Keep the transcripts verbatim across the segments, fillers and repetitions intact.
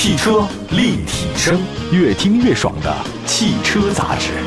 汽车立体声，越听越爽的汽车杂志。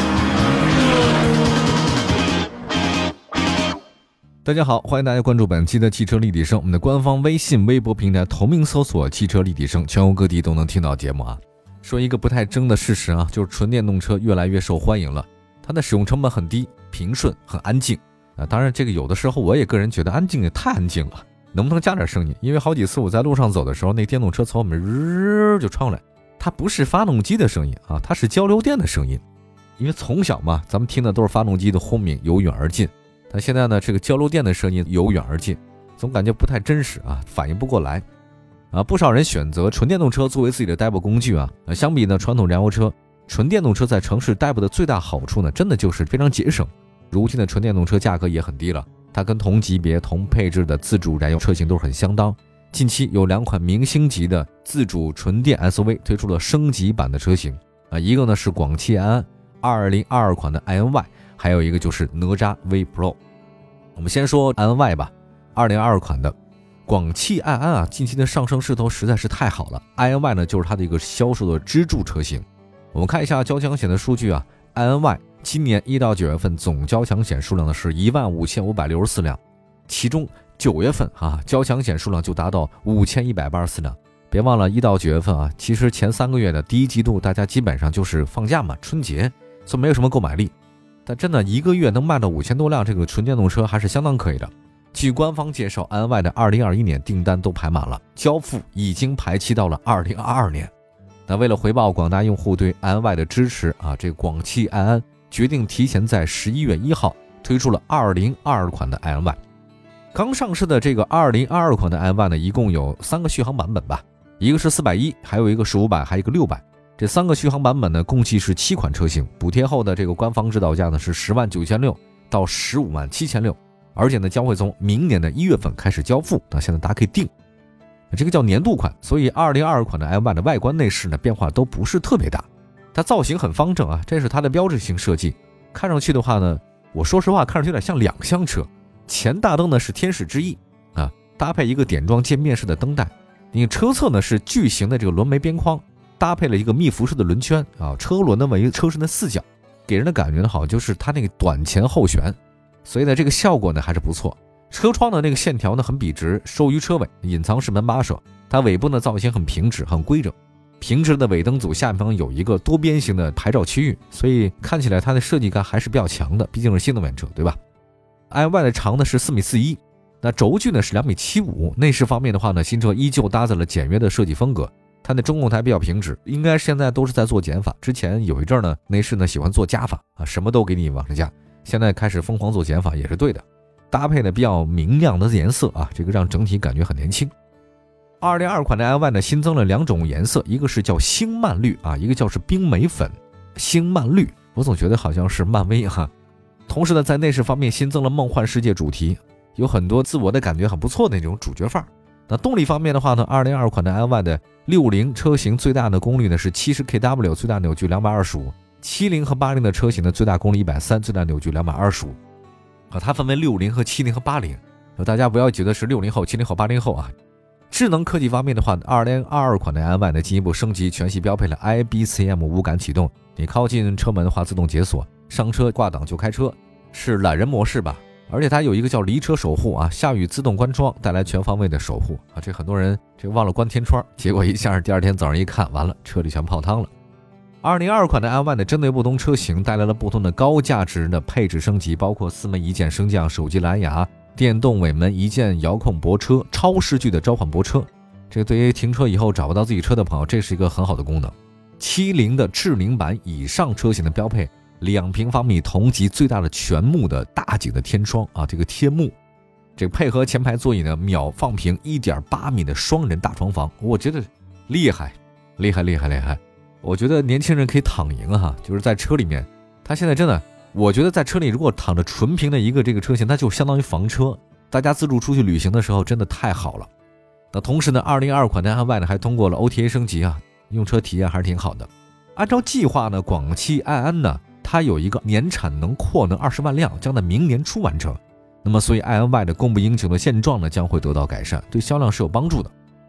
大家好，欢迎大家关注本期的汽车立体声，我们的官方微信、微博平台同名搜索汽车立体声，全国各地都能听到节目啊。说一个不太争的事实啊，就是纯电动车越来越受欢迎了，它的使用成本很低，平顺，很安静啊。当然这个有的时候我也个人觉得安静也太安静了，能不能加点声音？因为好几次我在路上走的时候，那电动车从我们日就穿过来，它不是发动机的声音啊，它是交流电的声音。因为从小嘛，咱们听的都是发动机的轰鸣由远而近，但现在呢，这个交流电的声音由远而近，总感觉不太真实啊，反应不过来啊。不少人选择纯电动车作为自己的代步工具啊。啊相比呢传统燃油车，纯电动车在城市代步的最大好处呢，真的就是非常节省。如今的纯电动车价格也很低了，它跟同级别同配置的自主燃油车型都是很相当。近期有两款明星级的自主纯电 S U V 推出了升级版的车型啊，一个呢是广汽安安二零二二款的 i N Y， 还有一个就是哪吒 V Pro。我们先说 i N Y 吧，二零二二款的广汽安安啊，近期的上升势头实在是太好了。i N Y 呢就是它的一个销售的支柱车型。我们看一下交强险的数据啊 ，i N Y 今年一到九月份总交强险数量呢是一万五千五百六十四辆，其中九月份啊交强险数量就达到五千一百八十四辆。别忘了一到九月份啊，其实前三个月的第一季度大家基本上就是放假嘛，春节，所以没有什么购买力。但真的一个月能卖到五千多辆这个纯电动车还是相当可以的。据官方介绍 ，i N Y 的二零二一年订单都排满了，交付已经排期到了二零二二年。那为了回报广大用户对 i N Y 的支持啊，这个广汽安安决定提前在十一月一号推出了二零二二款的 i N Y。刚上市的这个二零二二款的 i N Y 呢，一共有三个续航版本吧，一个是四百一，还有一个是五百，还有一个六百。这三个续航版本呢，共计是七款车型，补贴后的这个官方指导价呢是十万九千六到十五万七千六，而且呢将会从明年的一月份开始交付。那现在大家可以定，这个叫年度款，所以二零二二款的 i N Y 的外观内饰呢变化都不是特别大，它造型很方正啊，这是它的标志性设计。看上去的话呢，我说实话看上去有点像两厢车，前大灯呢是天使之翼啊，搭配一个点状渐面式的灯带，你车侧呢是巨型的这个轮眉边框。搭配了一个密辐式的轮圈啊，车轮呢为车身的四角，给人的感觉呢好像就是它那个短前后悬，所以呢这个效果呢还是不错。车窗的那个线条呢很笔直，收于车尾，隐藏式门把手，它尾部呢造型很平直很规整，平直的尾灯组下方有一个多边形的牌照区域，所以看起来它的设计感还是比较强的，毕竟是新能源车对吧。 i N Y 的长呢是四米四一，那轴距呢是两米七五。内饰方面的话呢，新车依旧搭载了简约的设计风格，它的中控台比较平直，应该现在都是在做减法。之前有一阵呢，内饰呢喜欢做加法啊，什么都给你往上加，现在开始疯狂做减法也是对的。搭配的比较明亮的颜色啊，这个让整体感觉很年轻。二零二二款的 i N Y 呢新增了两种颜色，一个是叫星漫绿啊，一个叫是冰玫粉。星漫绿我总觉得好像是漫威哈、啊。同时呢，在内饰方面新增了梦幻世界主题，有很多自我的感觉很不错的那种主角范儿。那动力方面的话呢，二零二二款的 i N Y 的六零车型最大的功率呢是 七十 K W， 最大扭矩两百二十五， 七零和八零的车型的最大功率一百三十，最大扭矩两百二十五。啊，它分为六零和七零和八零，大家不要觉得是六零后、七零后、八零后啊。智能科技方面的话，二零二二款的 i N Y 呢进一步升级，全系标配了 I B C M 无感启动，你靠近车门的话自动解锁，上车挂档就开车，是懒人模式吧。而且它有一个叫离车守护啊，下雨自动关窗，带来全方位的守护啊。这很多人这忘了关天窗，结果一下第二天早上一看，完了车里全泡汤了。二零二二款的 i N Y 呢，针对不同车型带来了不同的高价值的配置升级，包括四门一键升降、手机蓝牙、电动尾门一键遥控泊车、超视距的召唤泊车。这个对于停车以后找不到自己车的朋友，这是一个很好的功能。七零的智能版以上车型的标配两平方米同级最大的全幕的大景的天窗啊，这个天幕，这个配合前排座椅呢秒放平 一点八米的双人大床房，我觉得厉害厉害厉害厉害。我觉得年轻人可以躺赢哈、啊，就是在车里面，他现在真的，我觉得在车里如果躺着纯平的一个这个车型，它就相当于房车，大家自助出去旅行的时候真的太好了。那同时呢，二零二二款的 i N Y 呢还通过了 O T A 升级啊，用车体验还是挺好的。按照计划呢，广汽安安呢它有一个年产能扩能二十万辆，将在明年初完成。那么所以 i N Y 的供不应求的现状呢将会得到改善，对销量是有帮助的。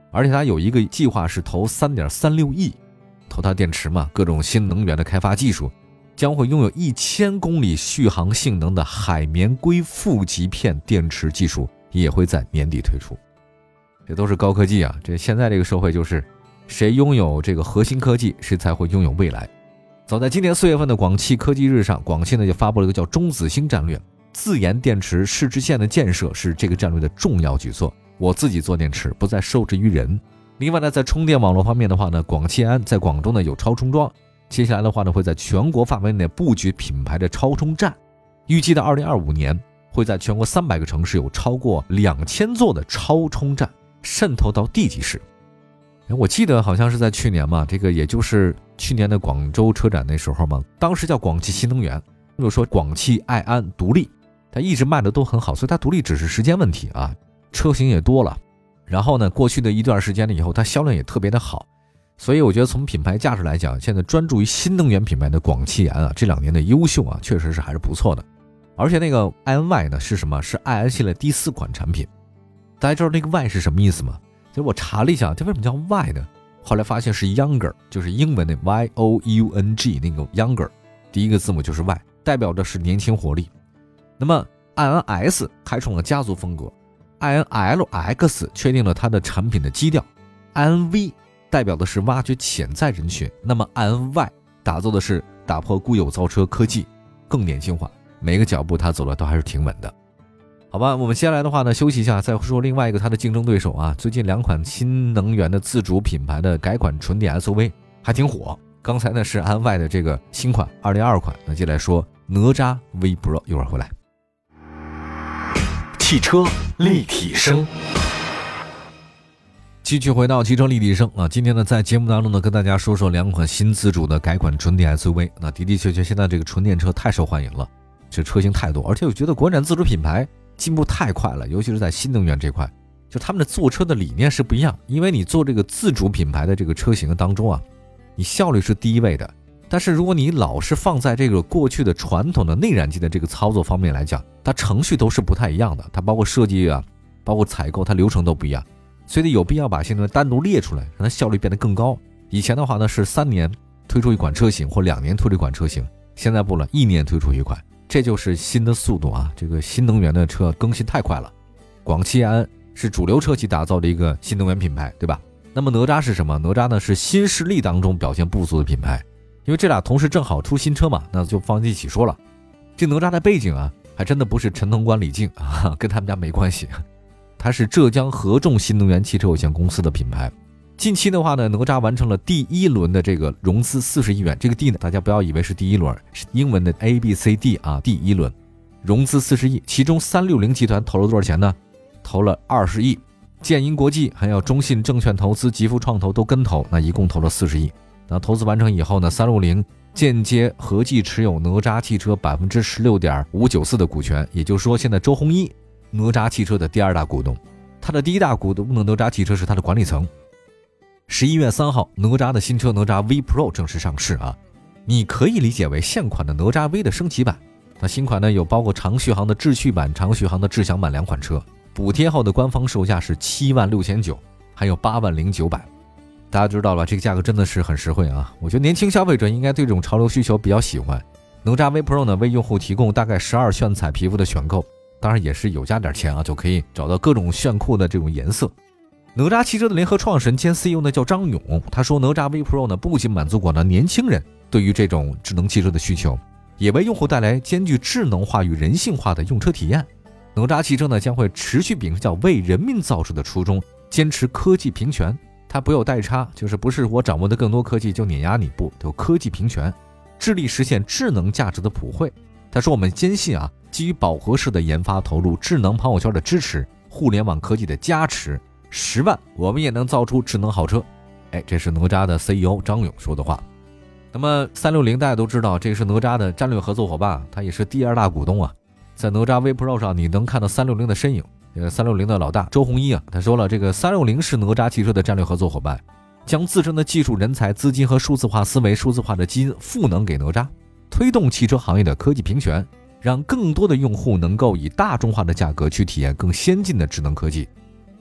而且它有一个计划是投 三点三六亿，投它电池嘛，各种新能源的开发技术，将会拥有一千公里续航性能的海绵硅负极片电池技术，也会在年底推出。这都是高科技啊！这现在这个社会就是谁拥有这个核心科技，谁才会拥有未来。早在今年四月份的广汽科技日上，广汽呢就发布了一个叫中子星战略，自研电池试制线的建设是这个战略的重要举措。我自己做电池，不再受制于人。另外呢，在充电网络方面的话呢，广汽安在广州呢有超充桩，接下来的话呢会在全国范围内布局品牌的超充站，预计到二零二五年会在全国三百个城市有超过两千座的超充站渗透到地级市。我记得好像是在去年嘛，这个也就是去年的广州车展那时候嘛，当时叫广汽新能源，就说广汽埃安独立，它一直卖的都很好，所以它独立只是时间问题啊，车型也多了，然后呢，过去的一段时间了以后，它销量也特别的好，所以我觉得从品牌价值来讲，现在专注于新能源品牌的广汽安啊，这两年的优秀啊，确实是还是不错的。而且那个 i N Y 呢是什么？是爱安系列第四款产品。大家知道那个 Y 是什么意思吗？其实我查了一下，这为什么叫 Y 呢？后来发现是 Younger， 就是英文的 Y O U N G 那个 Younger， 第一个字母就是 Y， 代表的是年轻活力。那么 I N S 开创了家族风格， I N L X 确定了它的产品的基调， I N V 代表的是挖掘潜在人群，那么 I N Y 打造的是打破固有造车科技，更年轻化，每个脚步它走的都还是挺稳的。好吧，我们接下来的话呢，休息一下，再说另外一个它的竞争对手啊。最近两款新能源的自主品牌的改款纯电 S U V 还挺火。刚才呢是安 Y 的这个新款二零二二款，那接下来说哪吒 V Pro， 一会儿回来。 汽车立体声， 继续回到汽车立体声啊。今天呢，在节目当中呢，跟大家说说两款新自主的改款纯电 S U V。那的的确确，现在这个纯电车太受欢迎了，这车型太多，而且我觉得国产自主品牌进步太快了，尤其是在新能源这块，就他们的做车的理念是不一样。因为你做这个自主品牌的这个车型当中啊，你效率是第一位的，但是如果你老是放在这个过去的传统的内燃机的这个操作方面来讲，它程序都是不太一样的，它包括设计啊，包括采购，它流程都不一样，所以有必要把新能源单独列出来，让它效率变得更高。以前的话呢，是三年推出一款车型或两年推出一款车型，现在不了，一年推出一款。这就是新的速度啊！这个新能源的车更新太快了。广汽安是主流车企打造的一个新能源品牌，对吧？那么哪吒是什么？哪吒呢是新势力当中表现不足的品牌，因为这俩同时正好出新车嘛，那就放在一起说了。这哪吒的背景啊，还真的不是陈潼关李靖啊，跟他们家没关系，它是浙江合众新能源汽车有限公司的品牌。近期的话呢，哪吒完成了第一轮的这个融资四十亿元，这个 D 呢，大家不要以为是第一轮，是英文的 A B C D 啊，第一轮融资四十亿，其中三六零集团投了多少钱呢？投了二十亿，建银国际还有中信证券投资、极富创投都跟投，那一共投了四十亿。那投资完成以后呢，三六零间接合计持有哪吒汽车 百分之十六点五九四 的股权，也就是说现在周鸿祎哪吒汽车的第二大股东，他的第一大股东哪吒汽车是他的管理层。十一月三号，哪吒的新车哪吒 V Pro 正式上市啊！你可以理解为现款的哪吒 V 的升级版。那新款呢有包括长续航的智趣版、长续航的智享版两款车，补贴后的官方售价是七万六千九，还有八万零九百。大家知道了，这个价格真的是很实惠啊！我觉得年轻消费者应该对这种潮流需求比较喜欢。哪吒 V Pro 呢为用户提供大概十二炫彩皮肤的选购，当然也是有加点钱啊，就可以找到各种炫酷的这种颜色。哪吒汽车的联合创始人兼 C E O 呢叫张勇，他说哪吒 V Pro 呢不仅满足广大年轻人对于这种智能汽车的需求，也为用户带来兼具智能化与人性化的用车体验。哪吒汽车呢将会持续秉持叫为人民造车的初衷，坚持科技平权，它不有代差，就是不是我掌握的更多科技就碾压你，不，有科技平权，致力实现智能价值的普惠。他说我们坚信啊，基于饱和式的研发投入、智能朋友圈的支持、互联网科技的加持，十万我们也能造出智能好车。哎，这是哪吒的 C E O 张勇说的话。那么三六零大家都知道，这是哪吒的战略合作伙伴，他也是第二大股东啊。在哪吒 V Pro 上你能看到三六零的身影。这个三六零的老大周鸿祎啊，他说了，这个三六零是哪吒汽车的战略合作伙伴，将自身的技术人才、资金和数字化思维、数字化的基因赋能给哪吒，推动汽车行业的科技平权，让更多的用户能够以大众化的价格去体验更先进的智能科技。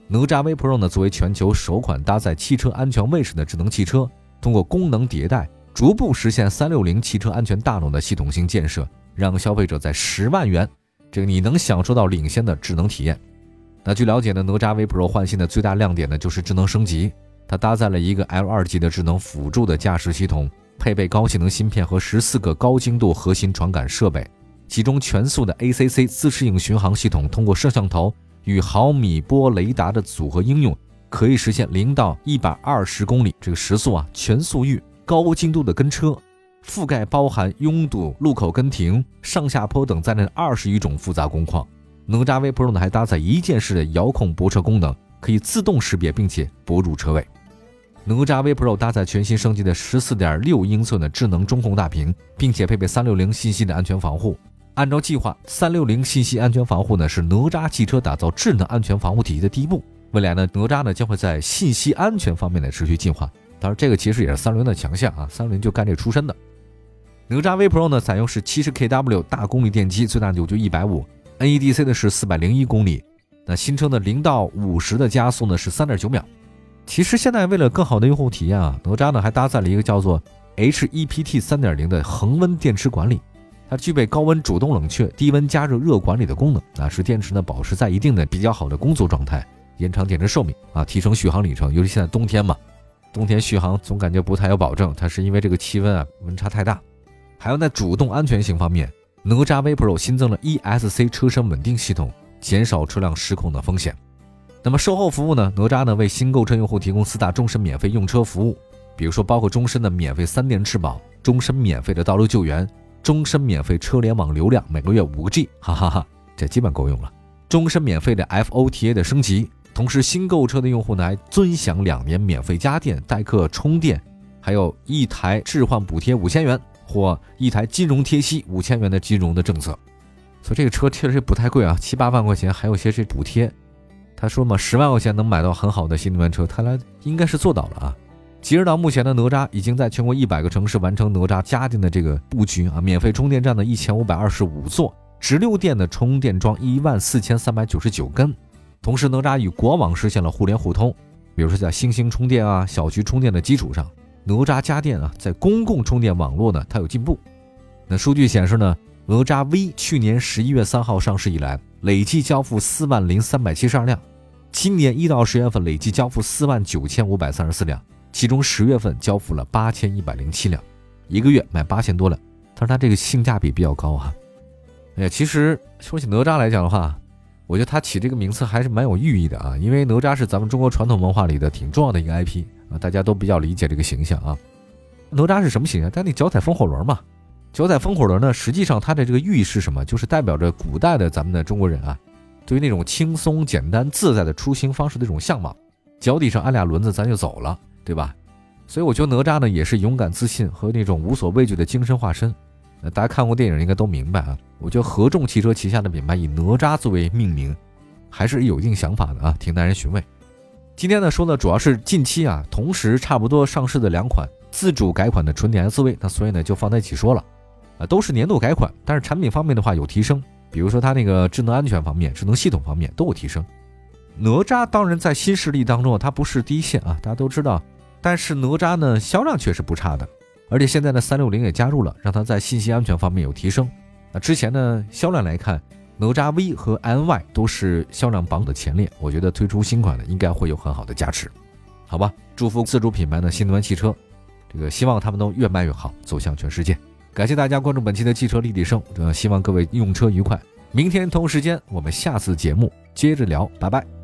哪吒 V Pro 呢，作为全球首款搭载汽车安全卫士的智能汽车，通过功能迭代，逐步实现三六零汽车安全大脑的系统性建设，让消费者在十万元，这个你能享受到领先的智能体验。那据了解呢，哪吒 V Pro 换新的最大亮点呢，就是智能升级，它搭载了一个 L 二 级的智能辅助的驾驶系统，配备高性能芯片和十四个高精度核心传感设备，其中全速的 A C C 自适应巡航系统通过摄像头与毫米波雷达的组合应用，可以实现零到一百二十公里这个时速啊全速域高精度的跟车，覆盖包含拥堵、路口跟停、上下坡等在内的二十余种复杂工况。哪吒 V Pro 呢还搭载一键式的遥控泊车功能，可以自动识别并且泊入车位。哪吒 V Pro 搭载全新升级的 十四点六英寸的智能中控大屏，并且配备三六零信息的安全防护。按照计划，三六零信息安全防护呢是哪吒汽车打造智能安全防护体系的第一步。未来呢，哪吒呢将会在信息安全方面呢持续进化。当然，这个其实也是三六零的强项啊，三六零就干这出身的。哪吒 V Pro 呢采用是 七十 k W 大功率电机，最大扭矩一百五十 ，N E D C 的是四百零一公里。那新车的零到五十的加速呢是 三点九秒。其实现在为了更好的用户体验啊，哪吒呢还搭载了一个叫做 H E P T 三点零 的恒温电池管理。它具备高温主动冷却、低温加热热管理的功能啊，使电池呢保持在一定的比较好的工作状态，延长电池寿命啊，提升续航里程。尤其现在冬天嘛，冬天续航总感觉不太有保证，它是因为这个气温啊温差太大。还有在主动安全性方面，哪吒 V Pro 新增了 E S C 车身稳定系统，减少车辆失控的风险。那么售后服务呢，哪吒呢为新购车用户提供四大终身免费用车服务，比如说包括终身的免费三电质保、终身免费的道路救援、终身免费车联网流量每个月五个 G， 哈哈哈，这基本够用了。终身免费的 F O T A 的升级，同时新购车的用户呢还尊享两年免费家电、代客充电，还有一台置换补贴五千元或一台金融贴息五千元的金融的政策。所以这个车确实不太贵啊，七八万块钱，还有些是补贴。他说嘛，十万块钱能买到很好的新能源车，看来应该是做到了啊。截止到目前的哪吒已经在全国一百个城市完成哪吒家电的这个布局啊，免费充电站的一千五百二十五座，直流电的充电桩一万四千三百九十九根。同时哪吒与国网实现了互联互通，比如说在星星充电啊、小区充电的基础上，哪吒家电啊在公共充电网络呢它有进步。那数据显示呢，哪吒 V 去年十一月三号上市以来，累计交付四万零三百七十二辆，今年一到十月份累计交付四万九千五百三十四辆，其中十月份交付了八千一百零七辆，一个月卖八千多辆。但是它这个性价比比较高啊。哎呀，其实说起哪吒来讲的话，我觉得它起这个名字还是蛮有寓意的啊，因为哪吒是咱们中国传统文化里的挺重要的一个 I P 啊，大家都比较理解这个形象啊。哪吒是什么形象？它那脚踩风火轮嘛。脚踩风火轮呢，实际上它的这个寓意是什么？就是代表着古代的咱们的中国人啊，对于那种轻松简单自在的出行方式的这种向往，脚底上安俩轮子咱就走了，对吧？所以我觉得哪吒呢也是勇敢自信和那种无所畏惧的精神化身。那大家看过电影应该都明白啊，我觉得合众汽车旗下的品牌以哪吒作为命名还是有一定想法的啊，挺耐人寻味。今天呢说的主要是近期啊同时差不多上市的两款自主改款的纯电 S U V， 那所以呢就放在一起说了啊，都是年度改款，但是产品方面的话有提升，比如说它那个智能安全方面、智能系统方面都有提升。哪吒当然在新势力当中它不是第一线啊，大家都知道，但是哪吒呢销量确实不差的，而且现在呢三六零也加入了，让它在信息安全方面有提升。那之前呢销量来看，哪吒 V 和 N Y 都是销量榜的前列，我觉得推出新款呢应该会有很好的加持。好吧，祝福自主品牌的新能源汽车，这个希望他们都越卖越好，走向全世界。感谢大家关注本期的汽车立体声，呃，希望各位用车愉快。明天同时间我们下次节目接着聊，拜拜。